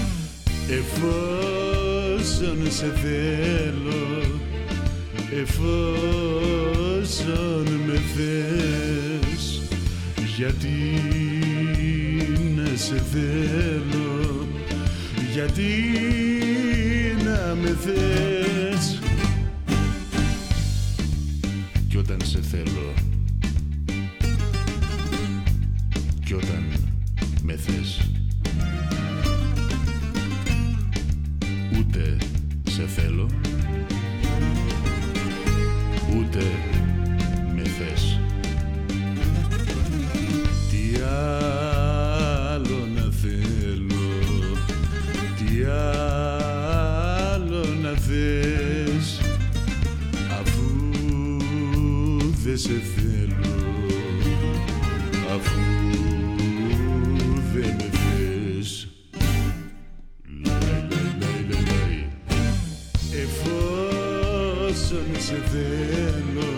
Εφόσον σε θέλω, εφόσον με θες, γιατί να σε θέλω, γιατί να με θες. Κι όταν σε θέλω, κι όταν με θες, ούτε σε θέλω, ούτε με θες. Τι άλλο να θέλω, τι άλλο να θες, αφού δεν σε θέλω, αφού δεν με θες. Λαϊ. Εφόσον σε θέλω,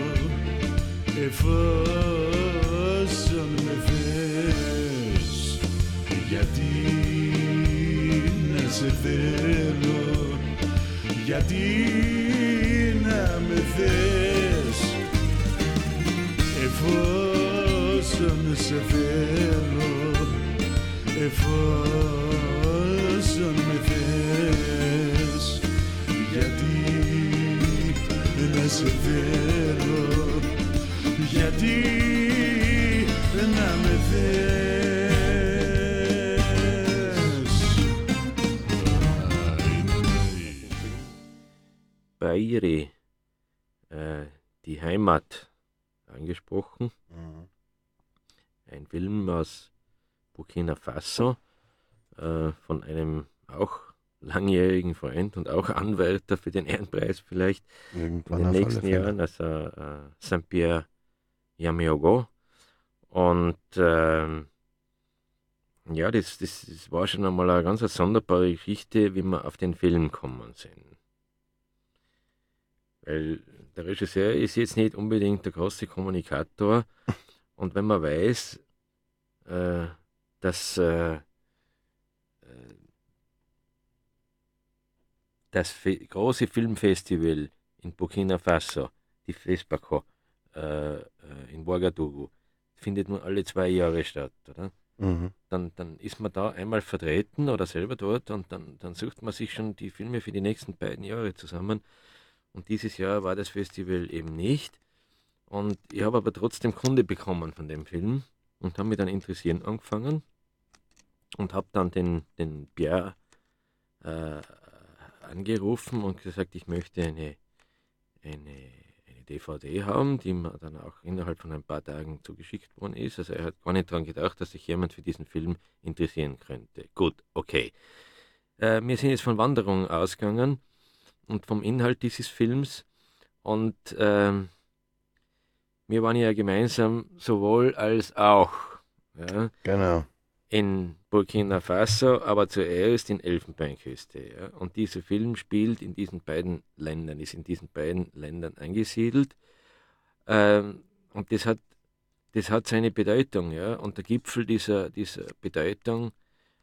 εφόσον με θες, γιατί να σε θέλω, γιατί να με θες. Εφόσον σε θέλω, εφόσον με θες, γιατί να σε θέλω, γιατί να με θες. Bairi, die Heimat angesprochen. Ein Film aus Burkina Faso von einem auch langjährigen Freund und auch Anwärter für den Ehrenpreis vielleicht Irgendwann in den auf alle nächsten Fälle. Jahren, also Saint-Pierre Yameogo. Und ja, das war schon einmal eine ganz sonderbare Geschichte, wie wir auf den Film gekommen sind. Weil der Regisseur ist jetzt nicht unbedingt der große Kommunikator. Und wenn man weiß, dass das große Filmfestival in Burkina Faso, die FESPACO, in Ouagadougou, findet nur alle 2 Jahre statt, oder? Mhm. Dann ist man da einmal vertreten oder selber dort und dann sucht man sich schon die Filme für die nächsten beiden Jahre zusammen. Und dieses Jahr war das Festival eben nicht. Und ich habe aber trotzdem Kunde bekommen von dem Film und habe mich dann interessieren angefangen und habe dann den Pierre angerufen und gesagt, ich möchte eine DVD haben, die mir dann auch innerhalb von ein paar Tagen zugeschickt worden ist. Also er hat gar nicht daran gedacht, dass sich jemand für diesen Film interessieren könnte. Gut, okay. Wir sind jetzt von Wanderung ausgegangen und vom Inhalt dieses Films und wir waren ja gemeinsam sowohl als auch. Ja, Genau. in Burkina Faso, aber zuerst in Elfenbeinküste. Ja. Und dieser Film spielt in diesen beiden Ländern, ist in diesen beiden Ländern angesiedelt. Und das hat seine Bedeutung. Ja. Und der Gipfel dieser Bedeutung,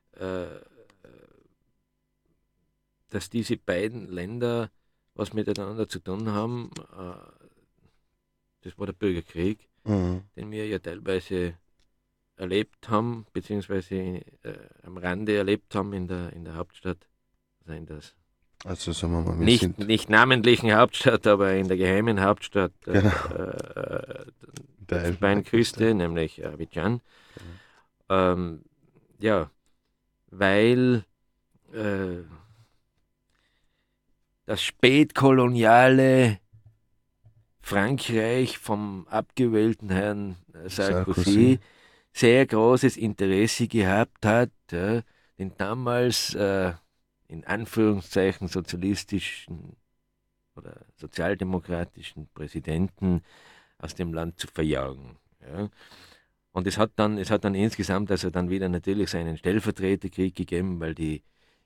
dass diese beiden Länder was miteinander zu tun haben, das war der Bürgerkrieg, den wir ja teilweise erlebt haben, beziehungsweise am Rande erlebt haben in der Hauptstadt, Also sagen wir mal, nicht namentlichen Hauptstadt, aber in der geheimen Hauptstadt der der Elfenbeinküste, nämlich Abidjan. Ja, weil das spätkoloniale Frankreich vom abgewählten Herrn Sarkozy sehr großes Interesse gehabt hat, den damals in Anführungszeichen sozialistischen oder sozialdemokratischen Präsidenten aus dem Land zu verjagen. Ja. Und es hat dann insgesamt also dann wieder natürlich so einen Stellvertreterkrieg gegeben, weil die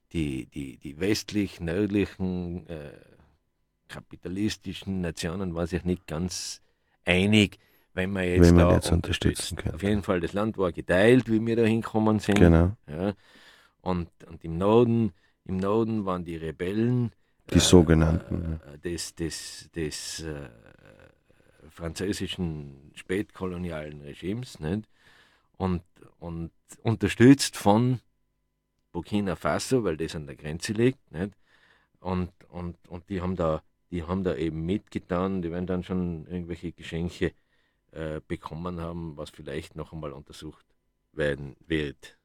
westlich-nördlichen kapitalistischen Nationen waren sich nicht ganz einig, wenn man jetzt unterstützen könnte. Auf jeden Fall, das Land war geteilt, wie wir da hingekommen sind. Genau. Ja. Und im Norden waren die Rebellen, Die sogenannten. des französischen spätkolonialen Regimes, nicht? Und unterstützt von Burkina Faso, weil das an der Grenze liegt, nicht? Und die haben da eben mitgetan, die werden dann schon irgendwelche Geschenke bekommen haben, was vielleicht noch einmal untersucht werden wird.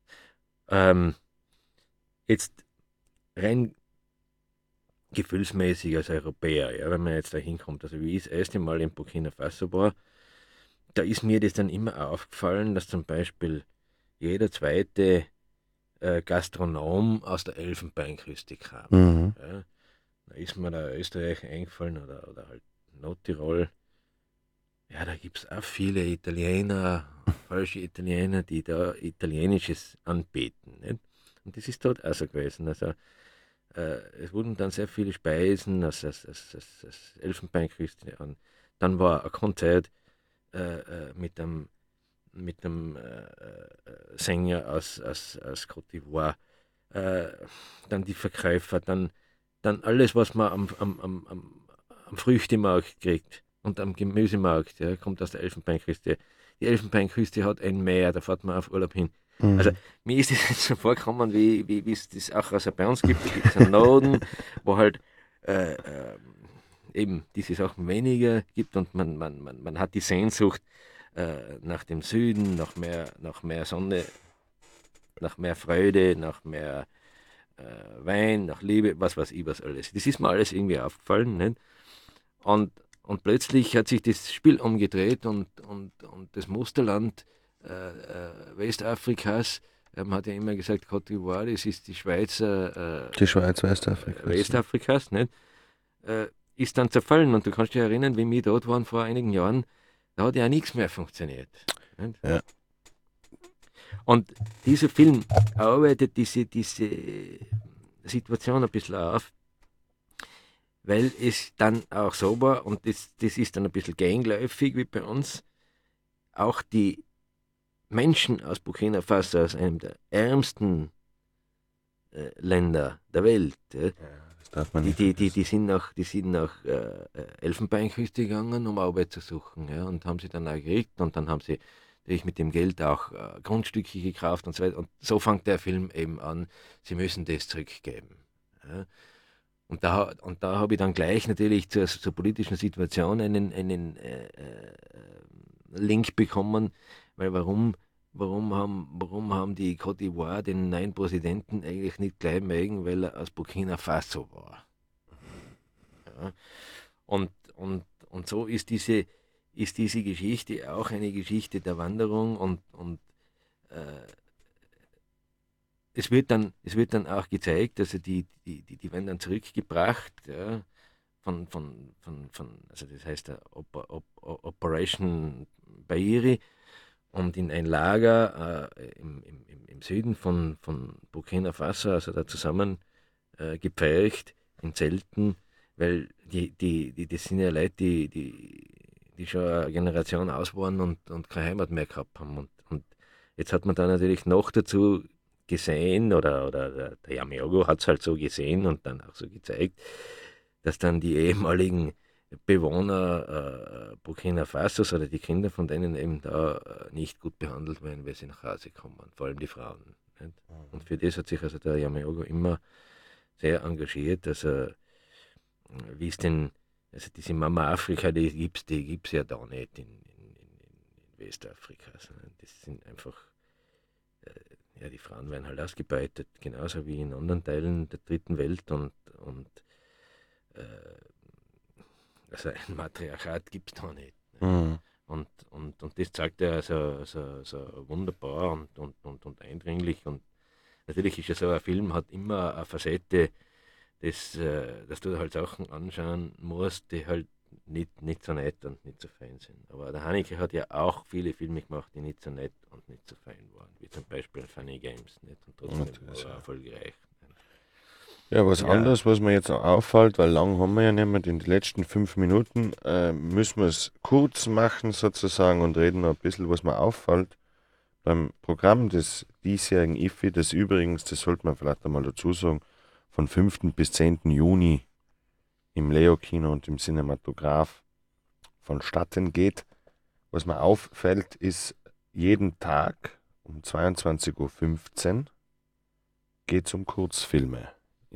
Jetzt rein gefühlsmäßig als Europäer, ja, wenn man jetzt da hinkommt, also wie ich das erste Mal in Burkina Faso war, da ist mir das dann immer aufgefallen, dass zum Beispiel jeder zweite Gastronom aus der Elfenbeinküste kam. Ja. Da ist mir da Österreich eingefallen oder halt Nordtirol. Ja, da gibt es auch viele Italiener, falsche Italiener, die da Italienisches anbieten. Nicht? Und das ist dort auch so gewesen. Also, es wurden dann sehr viele Speisen aus Elfenbeinküste an. Dann war ein Konzert mit einem Sänger aus Côte d'Ivoire, dann die Verkäufer, dann alles, was man am Früchtemarkt kriegt und am Gemüsemarkt, ja, kommt aus der Elfenbeinküste. Die Elfenbeinküste hat ein Meer, da fährt man auf Urlaub hin. Also mir ist das jetzt so vorgekommen, wie es das auch also bei uns gibt. Da gibt es einen Norden, wo halt eben diese Sachen weniger gibt und man hat die Sehnsucht nach dem Süden, nach mehr Sonne, nach mehr Freude, nach mehr Wein, nach Liebe, was weiß ich, was alles. Das ist mir alles irgendwie aufgefallen. Nicht? Und plötzlich hat sich das Spiel umgedreht und das Musterland Westafrikas, man hat ja immer gesagt, Côte d'Ivoire, das ist die Schweiz Westafrikas, nicht? Ist dann zerfallen und du kannst dich erinnern, wie wir dort waren vor einigen Jahren, da hat ja nichts mehr funktioniert. Nicht? Ja. Und dieser Film arbeitet diese Situation ein bisschen auf, weil es dann auch so war, und das ist dann ein bisschen gangläufig wie bei uns, auch die Menschen aus Burkina Faso, aus einem der ärmsten Länder der Welt, Das darf man nicht die sind nach Elfenbeinküste gegangen, um Arbeit zu suchen, ja, und haben sie dann auch gekriegt und dann haben sie natürlich mit dem Geld auch Grundstücke gekauft und so weiter. Und so fängt der Film eben an, sie müssen das zurückgeben. Ja. Und da habe ich dann gleich natürlich zur politischen Situation einen Link bekommen, weil warum haben die Côte d'Ivoire den neuen Präsidenten eigentlich nicht gleich mögen, weil er aus Burkina Faso war. Ja. Und so ist diese Geschichte auch eine Geschichte der Wanderung und es wird dann auch gezeigt, also die werden dann zurückgebracht, ja, also das heißt der Operation Bairi, und in ein Lager im Süden von Burkina Faso, also da zusammen gepfercht in Zelten, weil das sind ja Leute, die schon eine Generation aus waren und keine Heimat mehr gehabt haben. Und jetzt hat man da natürlich noch dazu gesehen, oder der Yameogo hat es halt so gesehen und dann auch so gezeigt, dass dann die ehemaligen Bewohner Burkina Fasos oder die Kinder von denen eben da nicht gut behandelt werden, wenn sie nach Hause kommen, vor allem die Frauen. Nicht? Und für das hat sich also der Yameogo immer sehr engagiert, dass er, wie es denn, also diese Mama Afrika, die gibt's ja da nicht in Westafrika. Das sind einfach, ja, die Frauen werden halt ausgebeutet, genauso wie in anderen Teilen der dritten Welt und also ein Matriarchat gibt es da nicht. Mhm. Und das zeigt er so wunderbar und eindringlich. Und natürlich ist ja so ein Film, hat immer eine Facette, dass du halt Sachen anschauen musst, die halt nicht so nett und nicht so fein sind. Aber der Haneke hat ja auch viele Filme gemacht, die nicht so nett und nicht so fein waren, wie zum Beispiel Funny Games. Nicht? Und trotzdem war er erfolgreich. Ja, was anderes, was mir jetzt noch auffällt, weil lang haben wir ja nicht mehr, in den letzten 5 Minuten müssen wir es kurz machen sozusagen und reden noch ein bisschen, was mir auffällt. Beim Programm des diesjährigen IFFI, das übrigens, das sollte man vielleicht einmal dazu sagen, von 5. bis 10. Juni im Leo-Kino und im Cinematograph vonstatten geht. Was mir auffällt, ist, jeden Tag um 22:15 Uhr geht es um Kurzfilme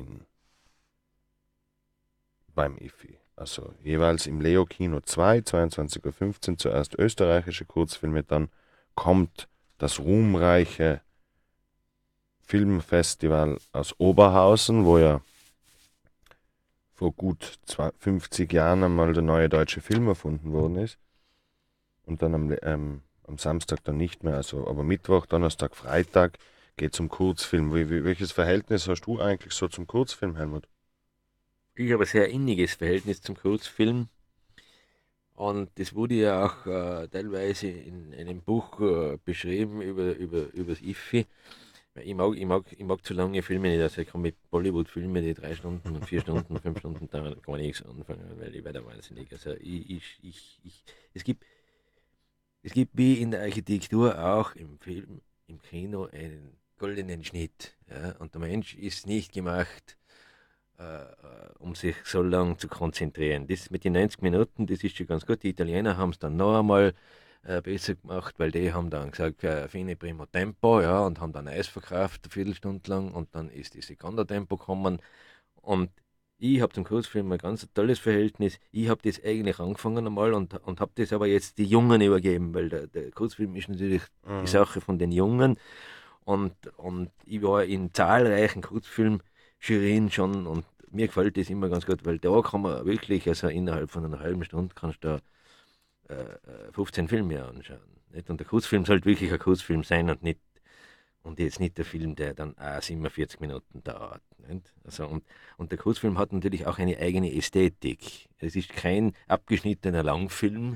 beim IFFI. Also jeweils im Leo-Kino 2, 22:15 Uhr zuerst österreichische Kurzfilme, dann kommt das ruhmreiche Filmfestival aus Oberhausen, wo ja vor gut 50 Jahren einmal der neue deutsche Film erfunden worden ist. Und dann am Samstag dann nicht mehr, also aber Mittwoch, Donnerstag, Freitag geht zum Kurzfilm. Welches Verhältnis hast du eigentlich so zum Kurzfilm, Helmut? Ich habe ein sehr inniges Verhältnis zum Kurzfilm. Und das wurde ja auch teilweise in einem Buch beschrieben über das IFFI. Ich mag zu lange Filme nicht, also ich kann mit Bollywood-Filmen, die 3 Stunden und 4 Stunden, 5 Stunden dauern, gar nichts anfangen, weil ich werde wahnsinnig. Also es gibt wie in der Architektur auch im Film, im Kino einen goldenen Schnitt. Ja? Und der Mensch ist nicht gemacht, um sich so lange zu konzentrieren. Das mit den 90 Minuten, das ist schon ganz gut. Die Italiener haben es dann noch einmal besser gemacht, weil die haben dann gesagt, fine primo tempo, ja, und haben dann Eis verkauft, eine Viertelstunde lang, und dann ist die Sekundentempo gekommen. Und ich habe zum Kurzfilm ein ganz tolles Verhältnis. Ich habe das eigentlich angefangen einmal und habe das aber jetzt die Jungen übergeben, weil der Kurzfilm ist natürlich die Sache von den Jungen. Und ich war in zahlreichen Kurzfilm-Jurien schon, und mir gefällt das immer ganz gut, weil da kann man wirklich, also innerhalb von einer halben Stunde kannst du da 15 Filme anschauen. Nicht? Und der Kurzfilm sollte wirklich ein Kurzfilm sein und jetzt nicht der Film, der dann 47 Minuten dauert. Nicht? Also und der Kurzfilm hat natürlich auch eine eigene Ästhetik. Es ist kein abgeschnittener Langfilm,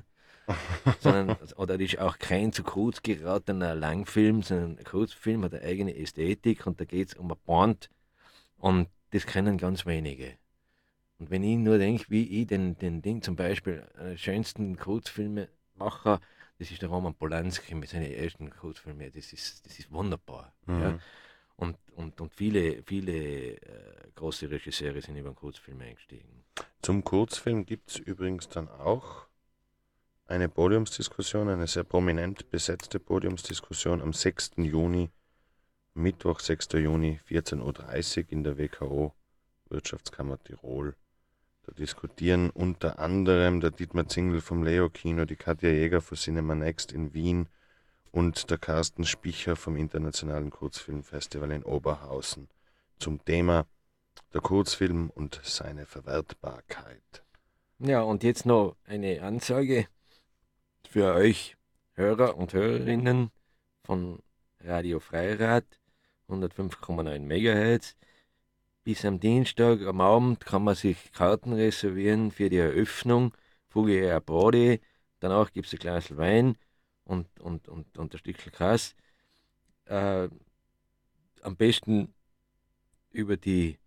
oder es ist auch kein zu kurz geratener Langfilm, sondern ein Kurzfilm hat eine eigene Ästhetik, und da geht es um ein Band, und das kennen ganz wenige. Und wenn ich nur denke, wie ich den Ding zum Beispiel, schönsten Kurzfilme mache, das ist der Roman Polanski mit seinen ersten Kurzfilmen. Das ist wunderbar. Mhm. Ja? Und viele große Regisseure sind über den Kurzfilm eingestiegen. Zum Kurzfilm gibt es übrigens dann auch eine Podiumsdiskussion, eine sehr prominent besetzte Podiumsdiskussion am 6. Juni, Mittwoch, 6. Juni, 14:30 Uhr in der WKO Wirtschaftskammer Tirol. Da diskutieren unter anderem der Dietmar Zingel vom Leo Kino, die Katja Jäger von Cinema Next in Wien und der Carsten Spicher vom Internationalen Kurzfilmfestival in Oberhausen zum Thema der Kurzfilm und seine Verwertbarkeit. Ja, und jetzt noch eine Ansage für euch Hörer und Hörerinnen von Radio Freirad, 105,9 MHz. Bis am Dienstag am Abend kann man sich Karten reservieren für die Eröffnung. Vorher ein Brody, danach gibt es ein Glas Wein und ein Stückchen Gras. Am besten über die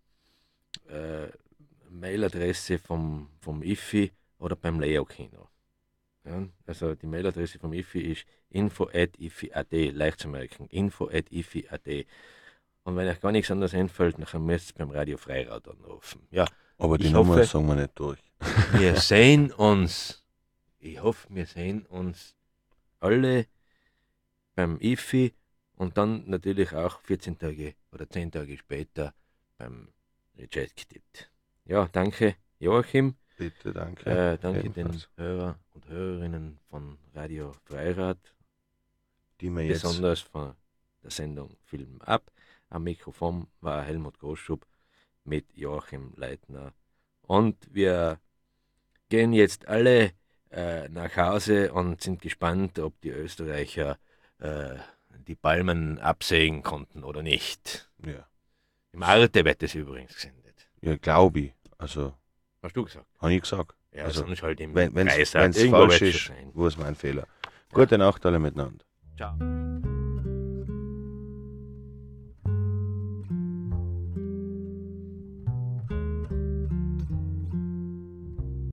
Mailadresse vom IFI oder beim Leo Kino. Ja, also die Mailadresse vom IFI ist info@ifi.at, leicht zu merken, info@ifi.at. Und wenn euch gar nichts anderes einfällt, dann müsst ihr beim Radio Freirad anrufen. Ja, Aber die ich Nummer hoffe, sagen wir nicht durch. wir sehen uns. Ich hoffe, wir sehen uns alle beim IFI und dann natürlich auch 14 Tage oder 10 Tage später beim Rejected. Ja, danke Joachim. Bitte, danke. Danke den Ebenfalls. Hörer und Hörerinnen von Radio Freirad, Die wir jetzt besonders von der Sendung Film ab. Am Mikrofon war Helmut Großschub mit Joachim Leitner. Und wir gehen jetzt alle nach Hause und sind gespannt, ob die Österreicher die Palmen absägen konnten oder nicht. ja, Im Arte wird es übrigens gesendet. ja glaube ich. Also, Hast du gesagt? habe ich gesagt. Ja, Also, sonst halt im Wenn es Kreisat. falsch Irgendwo ist, wird's schon sein. wo ist mein Fehler? Gute Nacht alle miteinander. Ciao.